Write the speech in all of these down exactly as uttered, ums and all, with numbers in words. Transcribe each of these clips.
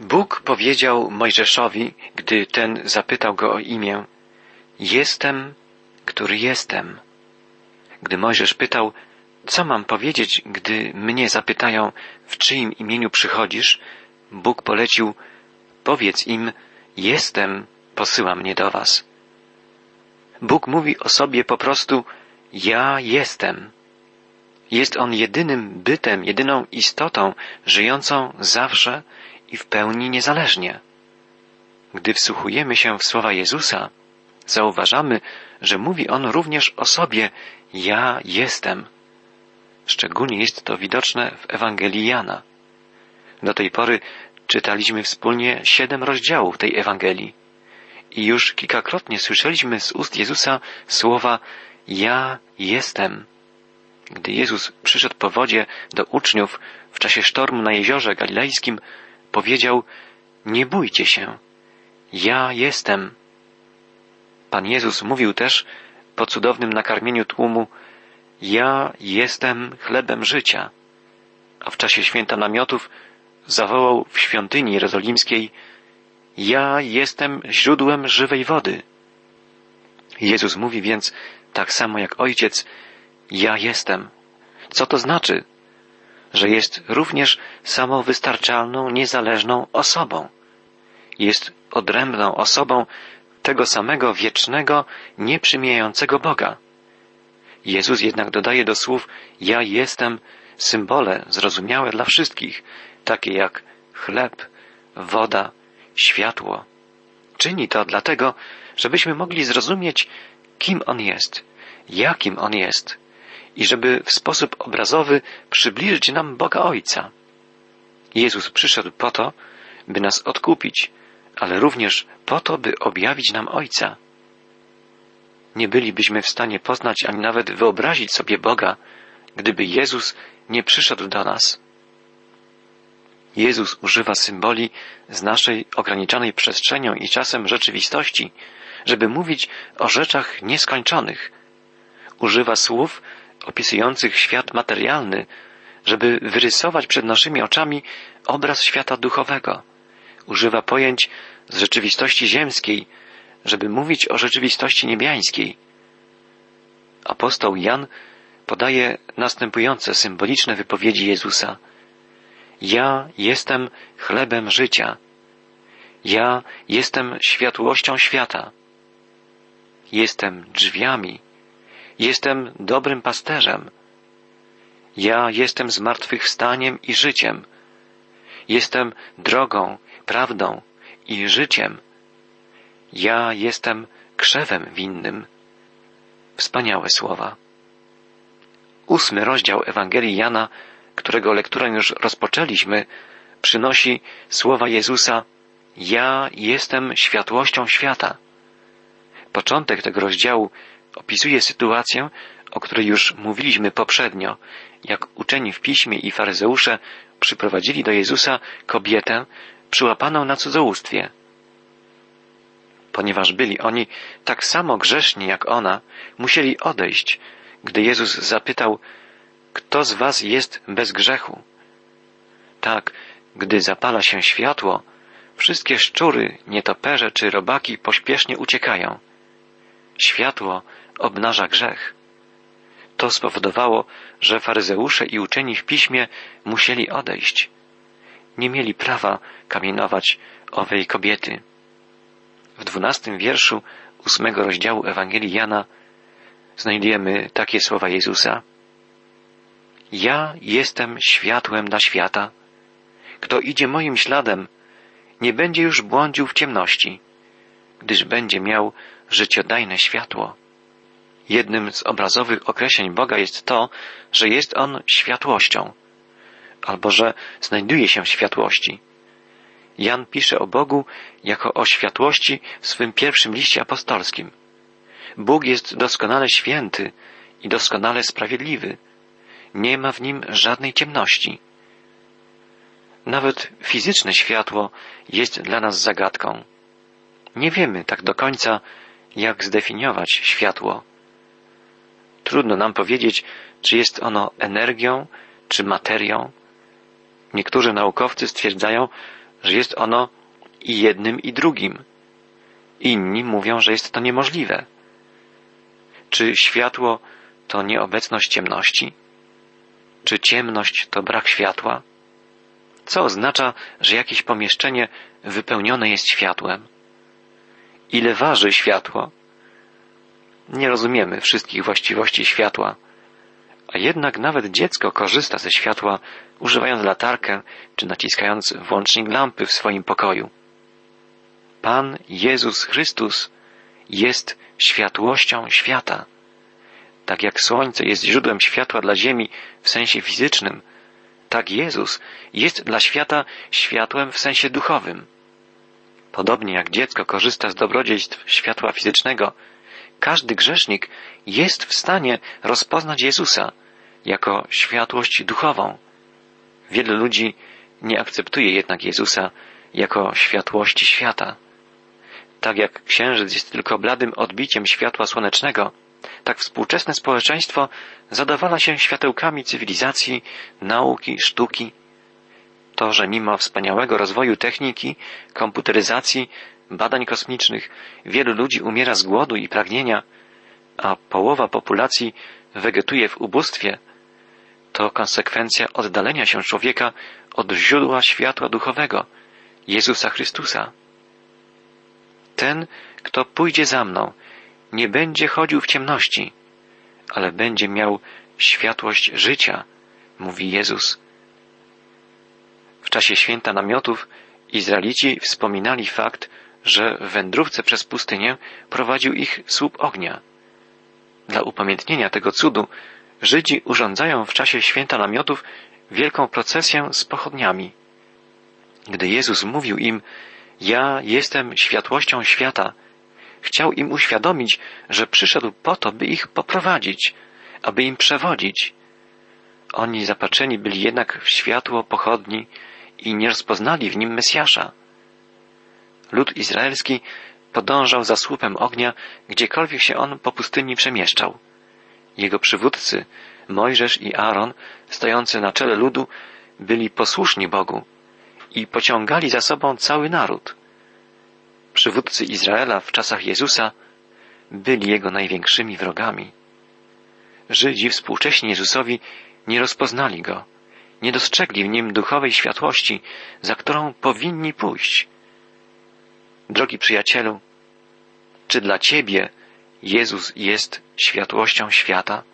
Bóg powiedział Mojżeszowi, gdy ten zapytał go o imię: Jestem, który jestem. Gdy Mojżesz pytał: Co mam powiedzieć, gdy mnie zapytają, w czyim imieniu przychodzisz? Bóg polecił: Powiedz im: Jestem, posyła mnie do was. Bóg mówi o sobie po prostu: Ja jestem. Jest On jedynym bytem, jedyną istotą żyjącą zawsze i w pełni niezależnie. Gdy wsłuchujemy się w słowa Jezusa, zauważamy, że mówi On również o sobie: Ja jestem. Szczególnie jest to widoczne w Ewangelii Jana. Do tej pory czytaliśmy wspólnie siedem rozdziałów tej Ewangelii i już kilkakrotnie słyszeliśmy z ust Jezusa słowa: Ja jestem. Gdy Jezus przyszedł po wodzie do uczniów w czasie sztormu na jeziorze galilejskim, powiedział: Nie bójcie się, ja jestem. Pan Jezus mówił też po cudownym nakarmieniu tłumu: Ja jestem chlebem życia. A w czasie święta namiotów zawołał w świątyni jerozolimskiej: Ja jestem źródłem żywej wody. Jezus mówi więc tak samo jak Ojciec: Ja jestem. Co to znaczy? Że jest również samowystarczalną, niezależną osobą. Jest odrębną osobą tego samego wiecznego, nieprzymijającego Boga. Jezus jednak dodaje do słów Ja jestem symbole zrozumiałe dla wszystkich, takie jak chleb, woda, światło. Czyni to dlatego, żebyśmy mogli zrozumieć, kim On jest, jakim On jest i żeby w sposób obrazowy przybliżyć nam Boga Ojca. Jezus przyszedł po to, by nas odkupić, ale również po to, by objawić nam Ojca. Nie bylibyśmy w stanie poznać ani nawet wyobrazić sobie Boga, gdyby Jezus nie przyszedł do nas. Jezus używa symboli z naszej ograniczonej przestrzenią i czasem rzeczywistości, żeby mówić o rzeczach nieskończonych. Używa słów opisujących świat materialny, żeby wyrysować przed naszymi oczami obraz świata duchowego. Używa pojęć z rzeczywistości ziemskiej, żeby mówić o rzeczywistości niebiańskiej. Apostoł Jan podaje następujące symboliczne wypowiedzi Jezusa: Ja jestem chlebem życia. Ja jestem światłością świata. Jestem drzwiami. Jestem dobrym pasterzem. Ja jestem zmartwychwstaniem i życiem. Jestem drogą, prawdą i życiem. Ja jestem krzewem winnym. Wspaniałe słowa. Ósmy rozdział Ewangelii Jana, którego lekturę już rozpoczęliśmy, przynosi słowa Jezusa: Ja jestem światłością świata. Początek tego rozdziału opisuje sytuację, o której już mówiliśmy poprzednio, jak uczeni w piśmie i faryzeusze przyprowadzili do Jezusa kobietę przyłapaną na cudzołóstwie. Ponieważ byli oni tak samo grzeszni jak ona, musieli odejść, gdy Jezus zapytał: Kto z was jest bez grzechu? Tak, gdy zapala się światło, wszystkie szczury, nietoperze czy robaki pośpiesznie uciekają. Światło obnaża grzech. To spowodowało, że faryzeusze i uczeni w piśmie musieli odejść. Nie mieli prawa kamienować owej kobiety. W dwunastym wierszu ósmego rozdziału Ewangelii Jana znajdujemy takie słowa Jezusa: Ja jestem światłem dla świata. Kto idzie moim śladem, nie będzie już błądził w ciemności, gdyż będzie miał życiodajne światło. Jednym z obrazowych określeń Boga jest to, że jest On światłością, albo że znajduje się w światłości. Jan pisze o Bogu jako o światłości w swym pierwszym liście apostolskim. Bóg jest doskonale święty i doskonale sprawiedliwy. Nie ma w Nim żadnej ciemności. Nawet fizyczne światło jest dla nas zagadką. Nie wiemy tak do końca, jak zdefiniować światło. Trudno nam powiedzieć, czy jest ono energią, czy materią. Niektórzy naukowcy stwierdzają, że jest ono i jednym, i drugim. Inni mówią, że jest to niemożliwe. Czy światło to nieobecność ciemności? Czy ciemność to brak światła? Co oznacza, że jakieś pomieszczenie wypełnione jest światłem? Ile waży światło? Nie rozumiemy wszystkich właściwości światła, a jednak nawet dziecko korzysta ze światła, używając latarkę czy naciskając włącznik lampy w swoim pokoju. Pan Jezus Chrystus jest światłością świata. Tak jak słońce jest źródłem światła dla ziemi w sensie fizycznym, tak Jezus jest dla świata światłem w sensie duchowym. Podobnie jak dziecko korzysta z dobrodziejstw światła fizycznego, każdy grzesznik jest w stanie rozpoznać Jezusa jako światłość duchową. Wielu ludzi nie akceptuje jednak Jezusa jako światłości świata. Tak jak księżyc jest tylko bladym odbiciem światła słonecznego, tak współczesne społeczeństwo zadowala się światełkami cywilizacji, nauki, sztuki. To, że mimo wspaniałego rozwoju techniki, komputeryzacji, badań kosmicznych, wielu ludzi umiera z głodu i pragnienia, a połowa populacji wegetuje w ubóstwie, to konsekwencja oddalenia się człowieka od źródła światła duchowego, Jezusa Chrystusa. Ten, kto pójdzie za mną, nie będzie chodził w ciemności, ale będzie miał światłość życia, mówi Jezus. W czasie święta namiotów Izraelici wspominali fakt, że w wędrówce przez pustynię prowadził ich słup ognia. Dla upamiętnienia tego cudu Żydzi urządzają w czasie święta namiotów wielką procesję z pochodniami. Gdy Jezus mówił im: ja jestem światłością świata, chciał im uświadomić, że przyszedł po to, by ich poprowadzić, aby im przewodzić. Oni zapatrzeni byli jednak w światło pochodni i nie rozpoznali w nim Mesjasza. Lud izraelski podążał za słupem ognia, gdziekolwiek się on po pustyni przemieszczał. Jego przywódcy, Mojżesz i Aaron, stojący na czele ludu, byli posłuszni Bogu i pociągali za sobą cały naród. Przywódcy Izraela w czasach Jezusa byli jego największymi wrogami. Żydzi współcześni Jezusowi nie rozpoznali go, nie dostrzegli w nim duchowej światłości, za którą powinni pójść. Drogi przyjacielu, czy dla ciebie Jezus jest światłością świata?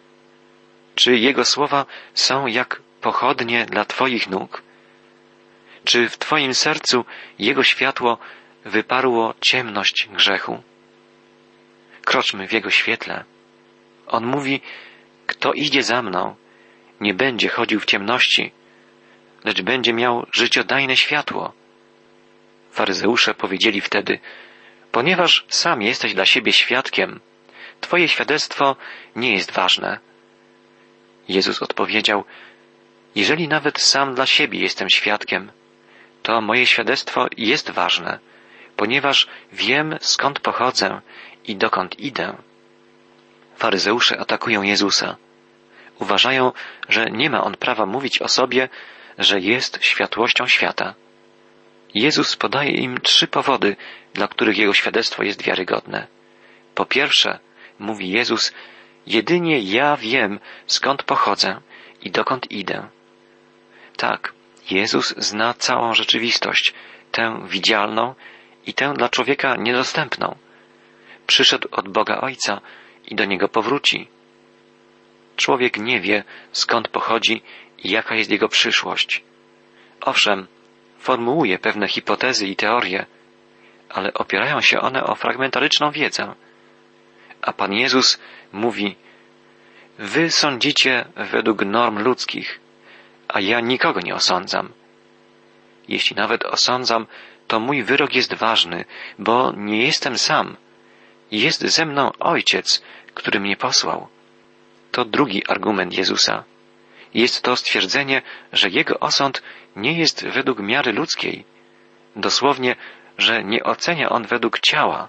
Czy Jego słowa są jak pochodnie dla twoich nóg? Czy w twoim sercu Jego światło wyparło ciemność grzechu? Kroczmy w Jego świetle. On mówi: kto idzie za mną, nie będzie chodził w ciemności, lecz będzie miał życiodajne światło. Faryzeusze powiedzieli wtedy: ponieważ sam jesteś dla siebie świadkiem, twoje świadectwo nie jest ważne. Jezus odpowiedział: jeżeli nawet sam dla siebie jestem świadkiem, to moje świadectwo jest ważne, ponieważ wiem, skąd pochodzę i dokąd idę. Faryzeusze atakują Jezusa. Uważają, że nie ma on prawa mówić o sobie, że jest światłością świata. Jezus podaje im trzy powody, dla których jego świadectwo jest wiarygodne. Po pierwsze, mówi Jezus: jedynie ja wiem, skąd pochodzę i dokąd idę. Tak, Jezus zna całą rzeczywistość, tę widzialną i tę dla człowieka niedostępną. Przyszedł od Boga Ojca i do Niego powróci. Człowiek nie wie, skąd pochodzi i jaka jest jego przyszłość. Owszem, formułuje pewne hipotezy i teorie, ale opierają się one o fragmentaryczną wiedzę. A Pan Jezus mówi: wy sądzicie według norm ludzkich, a ja nikogo nie osądzam. Jeśli nawet osądzam, to mój wyrok jest ważny, bo nie jestem sam. Jest ze mną Ojciec, który mnie posłał. To drugi argument Jezusa. Jest to stwierdzenie, że Jego osąd nie jest według miary ludzkiej. Dosłownie, że nie ocenia On według ciała.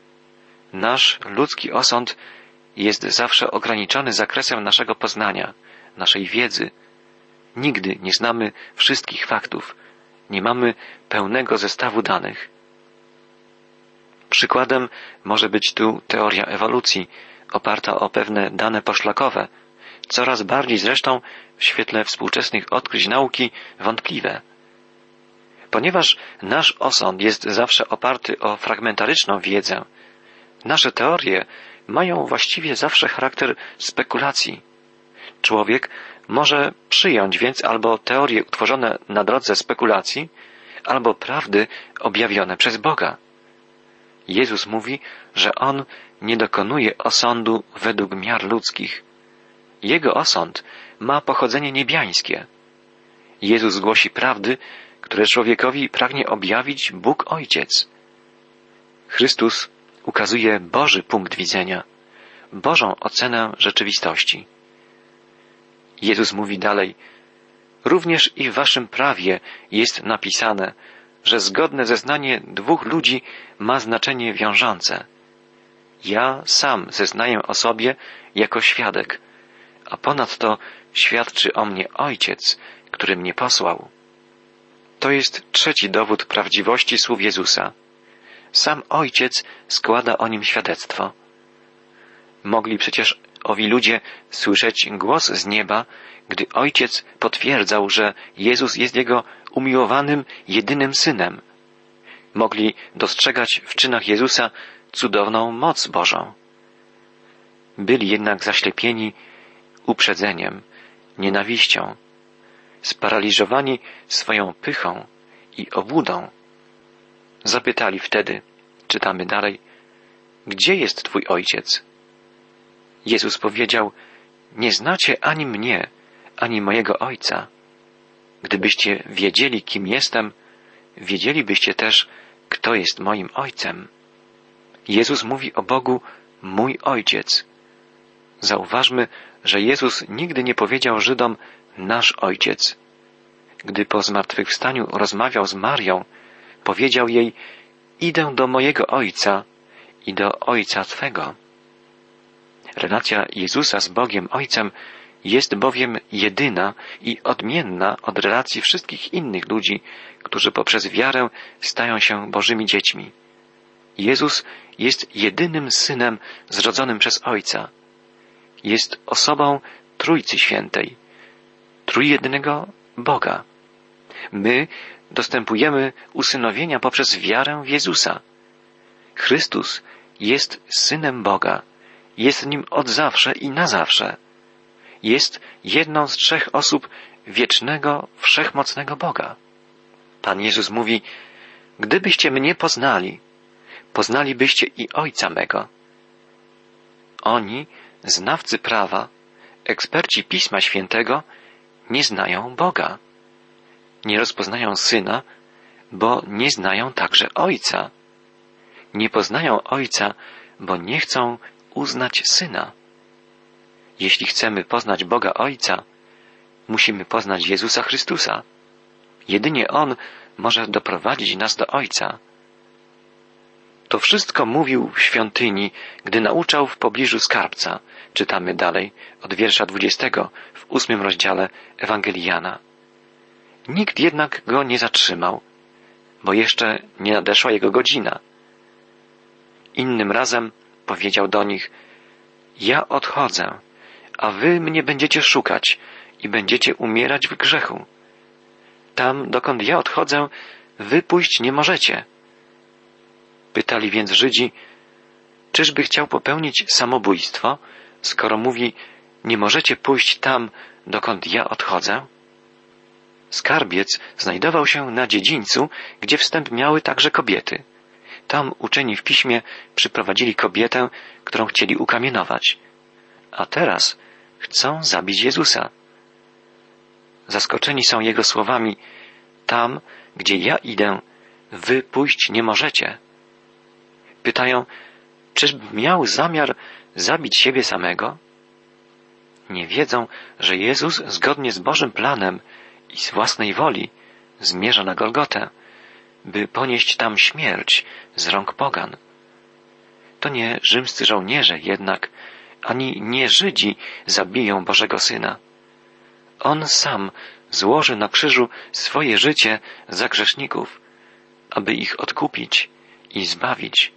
Nasz ludzki osąd jest zawsze ograniczony zakresem naszego poznania, naszej wiedzy. Nigdy nie znamy wszystkich faktów. Nie mamy pełnego zestawu danych. Przykładem może być tu teoria ewolucji, oparta o pewne dane poszlakowe, coraz bardziej zresztą w świetle współczesnych odkryć nauki wątpliwe. Ponieważ nasz osąd jest zawsze oparty o fragmentaryczną wiedzę, nasze teorie mają właściwie zawsze charakter spekulacji. Człowiek może przyjąć więc albo teorie utworzone na drodze spekulacji, albo prawdy objawione przez Boga. Jezus mówi, że On nie dokonuje osądu według miar ludzkich. Jego osąd ma pochodzenie niebiańskie. Jezus głosi prawdy, które człowiekowi pragnie objawić Bóg Ojciec. Chrystus ukazuje Boży punkt widzenia, Bożą ocenę rzeczywistości. Jezus mówi dalej, również i w waszym prawie jest napisane, że zgodne zeznanie dwóch ludzi ma znaczenie wiążące. Ja sam zeznaję o sobie jako świadek, a ponadto świadczy o mnie Ojciec, który mnie posłał. To jest trzeci dowód prawdziwości słów Jezusa. Sam Ojciec składa o nim świadectwo. Mogli przecież owi ludzie słyszeć głos z nieba, gdy Ojciec potwierdzał, że Jezus jest Jego umiłowanym, jedynym Synem. Mogli dostrzegać w czynach Jezusa cudowną moc Bożą. Byli jednak zaślepieni uprzedzeniem, nienawiścią, sparaliżowani swoją pychą i obłudą. Zapytali wtedy, czytamy dalej, gdzie jest Twój Ojciec? Jezus powiedział, nie znacie ani mnie, ani mojego Ojca. Gdybyście wiedzieli, kim jestem, wiedzielibyście też, kto jest moim Ojcem. Jezus mówi o Bogu, mój Ojciec. Zauważmy, że Jezus nigdy nie powiedział Żydom, nasz Ojciec. Gdy po zmartwychwstaniu rozmawiał z Marią, powiedział jej, idę do mojego Ojca i do Ojca Twego. Relacja Jezusa z Bogiem Ojcem jest bowiem jedyna i odmienna od relacji wszystkich innych ludzi, którzy poprzez wiarę stają się Bożymi dziećmi. Jezus jest jedynym Synem zrodzonym przez Ojca. Jest osobą Trójcy Świętej, trójjednego Boga. My dostępujemy usynowienia poprzez wiarę w Jezusa. Chrystus jest Synem Boga, jest Nim od zawsze i na zawsze. Jest jedną z trzech osób wiecznego, wszechmocnego Boga. Pan Jezus mówi, gdybyście mnie poznali, poznalibyście i Ojca mego. Oni, znawcy prawa, eksperci Pisma Świętego, nie znają Boga. Nie rozpoznają Syna, bo nie znają także Ojca. Nie poznają Ojca, bo nie chcą uznać Syna. Jeśli chcemy poznać Boga Ojca, musimy poznać Jezusa Chrystusa. Jedynie On może doprowadzić nas do Ojca. To wszystko mówił w świątyni, gdy nauczał w pobliżu skarbca. Czytamy dalej od wiersza dwudziestego w ósmym rozdziale Ewangelii Jana. Nikt jednak go nie zatrzymał, bo jeszcze nie nadeszła jego godzina. Innym razem powiedział do nich, ja odchodzę, a wy mnie będziecie szukać i będziecie umierać w grzechu. Tam, dokąd ja odchodzę, wy pójść nie możecie. Pytali więc Żydzi, czyżby chciał popełnić samobójstwo, skoro mówi, nie możecie pójść tam, dokąd ja odchodzę? Skarbiec znajdował się na dziedzińcu, gdzie wstęp miały także kobiety. Tam uczeni w piśmie przyprowadzili kobietę, którą chcieli ukamienować. A teraz chcą zabić Jezusa. Zaskoczeni są Jego słowami, tam, gdzie ja idę, wy pójść nie możecie. Pytają, czyżby miał zamiar zabić siebie samego? Nie wiedzą, że Jezus zgodnie z Bożym planem i z własnej woli zmierza na Golgotę, by ponieść tam śmierć z rąk pogan. To nie rzymscy żołnierze jednak, ani nie Żydzi zabiją Bożego Syna. On sam złoży na krzyżu swoje życie za grzeszników, aby ich odkupić i zbawić.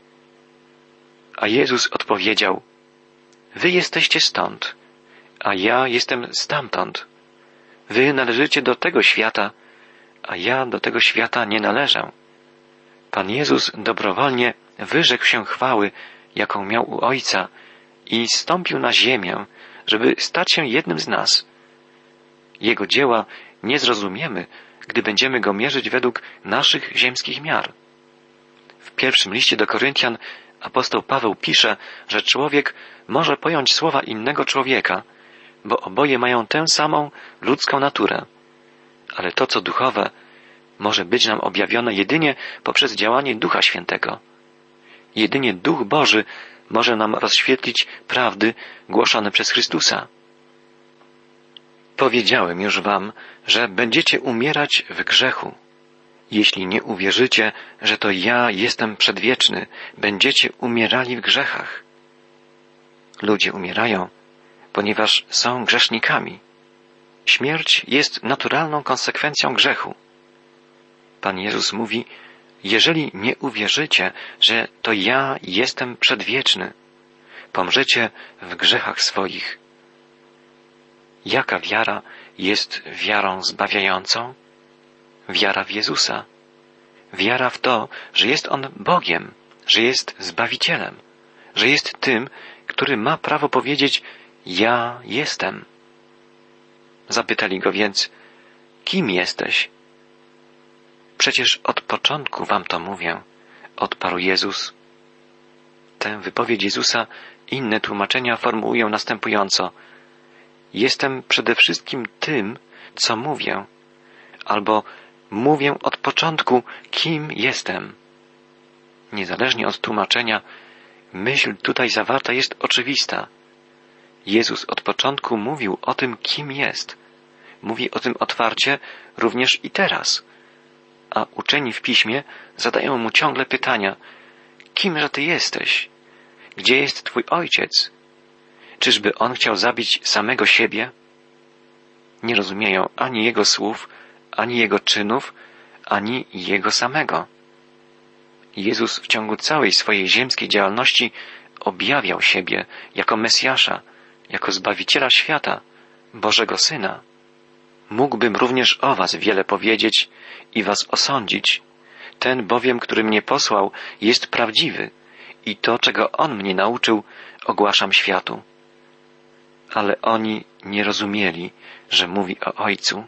A Jezus odpowiedział: Wy jesteście stąd, a ja jestem stamtąd. Wy należycie do tego świata, a ja do tego świata nie należę. Pan Jezus dobrowolnie wyrzekł się chwały, jaką miał u Ojca, i zstąpił na ziemię, żeby stać się jednym z nas. Jego dzieła nie zrozumiemy, gdy będziemy go mierzyć według naszych ziemskich miar. W pierwszym liście do Koryntian apostoł Paweł pisze, że człowiek może pojąć słowa innego człowieka, bo oboje mają tę samą ludzką naturę. Ale to, co duchowe, może być nam objawione jedynie poprzez działanie Ducha Świętego. Jedynie Duch Boży może nam rozświetlić prawdy głoszone przez Chrystusa. Powiedziałem już wam, że będziecie umierać w grzechu. Jeśli nie uwierzycie, że to ja jestem przedwieczny, będziecie umierali w grzechach. Ludzie umierają, ponieważ są grzesznikami. Śmierć jest naturalną konsekwencją grzechu. Pan Jezus mówi: jeżeli nie uwierzycie, że to ja jestem przedwieczny, pomrzecie w grzechach swoich. Jaka wiara jest wiarą zbawiającą? Wiara w Jezusa. Wiara w to, że jest On Bogiem, że jest Zbawicielem, że jest tym, który ma prawo powiedzieć: ja jestem. Zapytali go więc: kim jesteś? Przecież od początku wam to mówię, odparł Jezus. Tę wypowiedź Jezusa inne tłumaczenia formułują następująco: jestem przede wszystkim tym, co mówię, albo mówię od początku, kim jestem. Niezależnie od tłumaczenia, myśl tutaj zawarta jest oczywista. Jezus od początku mówił o tym, kim jest. Mówi o tym otwarcie również i teraz. A uczeni w Piśmie zadają mu ciągle pytania: kimże ty jesteś? Gdzie jest twój ojciec? Czyżby on chciał zabić samego siebie? Nie rozumieją ani jego słów, ani jego czynów, ani jego samego. Jezus w ciągu całej swojej ziemskiej działalności objawiał siebie jako Mesjasza, jako Zbawiciela świata, Bożego Syna. Mógłbym również o was wiele powiedzieć i was osądzić. Ten bowiem, który mnie posłał, jest prawdziwy i to, czego On mnie nauczył, ogłaszam światu. Ale oni nie rozumieli, że mówi o Ojcu.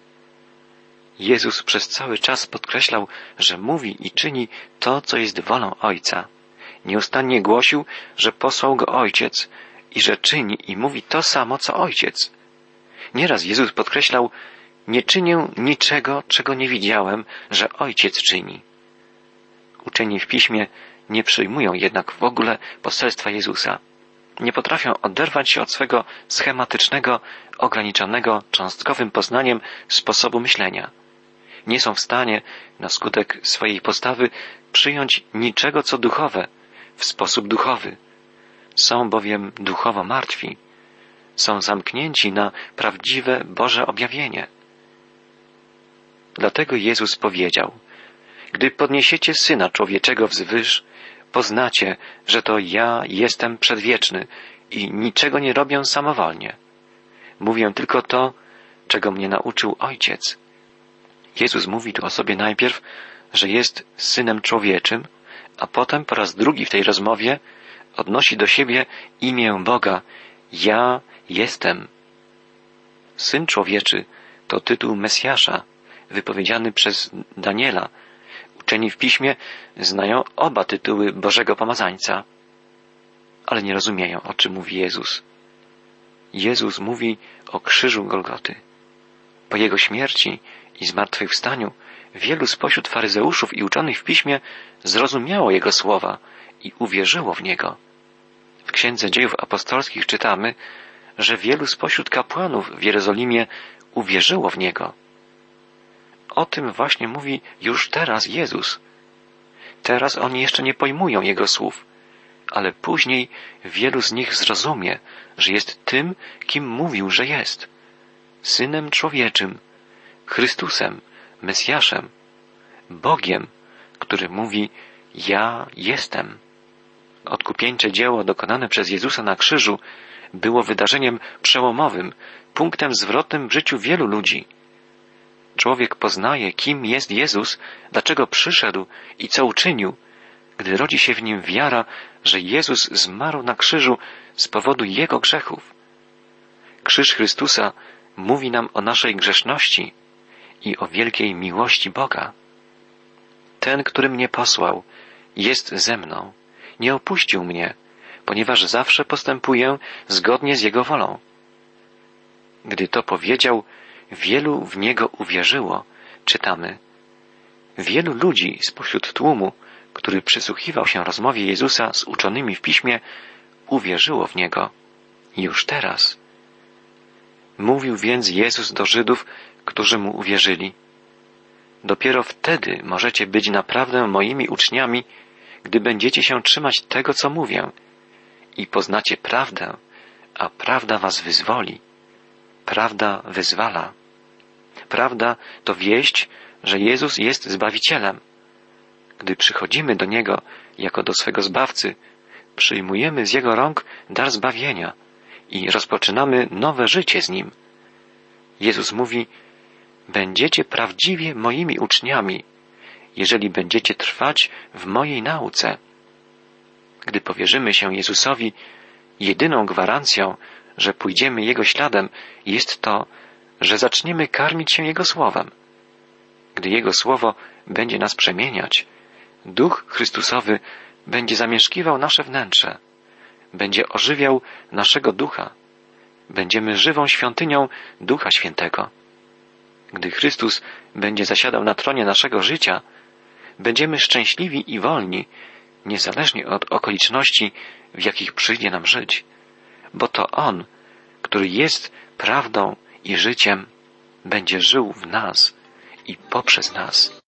Jezus przez cały czas podkreślał, że mówi i czyni to, co jest wolą Ojca. Nieustannie głosił, że posłał Go Ojciec i że czyni i mówi to samo, co Ojciec. Nieraz Jezus podkreślał: nie czynię niczego, czego nie widziałem, że Ojciec czyni. Uczeni w Piśmie nie przyjmują jednak w ogóle poselstwa Jezusa. Nie potrafią oderwać się od swego schematycznego, ograniczonego, cząstkowym poznaniem sposobu myślenia. Nie są w stanie, na skutek swojej postawy, przyjąć niczego, co duchowe, w sposób duchowy. Są bowiem duchowo martwi. Są zamknięci na prawdziwe Boże objawienie. Dlatego Jezus powiedział: gdy podniesiecie Syna Człowieczego wzwyż, poznacie, że to ja jestem przedwieczny i niczego nie robię samowolnie. Mówię tylko to, czego mnie nauczył Ojciec. Jezus mówi tu o sobie najpierw, że jest Synem Człowieczym, a potem po raz drugi w tej rozmowie odnosi do siebie imię Boga: ja jestem. Syn Człowieczy to tytuł Mesjasza, wypowiedziany przez Daniela. Uczeni w Piśmie znają oba tytuły Bożego Pomazańca, ale nie rozumieją, o czym mówi Jezus. Jezus mówi o krzyżu Golgoty. Po Jego śmierci i zmartwychwstaniu wielu spośród faryzeuszów i uczonych w Piśmie zrozumiało Jego słowa i uwierzyło w Niego. W Księdze Dziejów Apostolskich czytamy, że wielu spośród kapłanów w Jerozolimie uwierzyło w Niego. O tym właśnie mówi już teraz Jezus. Teraz oni jeszcze nie pojmują Jego słów, ale później wielu z nich zrozumie, że jest tym, kim mówił, że jest. Synem Człowieczym, Chrystusem, Mesjaszem, Bogiem, który mówi: ja jestem. Odkupieńcze dzieło dokonane przez Jezusa na krzyżu było wydarzeniem przełomowym, punktem zwrotnym w życiu wielu ludzi. Człowiek poznaje, kim jest Jezus, dlaczego przyszedł i co uczynił, gdy rodzi się w nim wiara, że Jezus zmarł na krzyżu z powodu Jego grzechów. Krzyż Chrystusa mówi nam o naszej grzeszności i o wielkiej miłości Boga. Ten, który mnie posłał, jest ze mną. Nie opuścił mnie, ponieważ zawsze postępuję zgodnie z Jego wolą. Gdy to powiedział, wielu w Niego uwierzyło, czytamy. Wielu ludzi spośród tłumu, który przysłuchiwał się rozmowie Jezusa z uczonymi w Piśmie, uwierzyło w Niego już teraz. Mówił więc Jezus do Żydów, którzy Mu uwierzyli. Dopiero wtedy możecie być naprawdę moimi uczniami, gdy będziecie się trzymać tego, co mówię, i poznacie prawdę, a prawda was wyzwoli. Prawda wyzwala. Prawda to wieść, że Jezus jest Zbawicielem. Gdy przychodzimy do Niego jako do swego Zbawcy, przyjmujemy z Jego rąk dar zbawienia i rozpoczynamy nowe życie z Nim. Jezus mówi: będziecie prawdziwie moimi uczniami, jeżeli będziecie trwać w mojej nauce. Gdy powierzymy się Jezusowi, jedyną gwarancją, że pójdziemy Jego śladem, jest to, że zaczniemy karmić się Jego Słowem. Gdy Jego Słowo będzie nas przemieniać, Duch Chrystusowy będzie zamieszkiwał nasze wnętrze, będzie ożywiał naszego ducha. Będziemy żywą świątynią Ducha Świętego. Gdy Chrystus będzie zasiadał na tronie naszego życia, będziemy szczęśliwi i wolni, niezależnie od okoliczności, w jakich przyjdzie nam żyć, bo to On, który jest prawdą i życiem, będzie żył w nas i poprzez nas.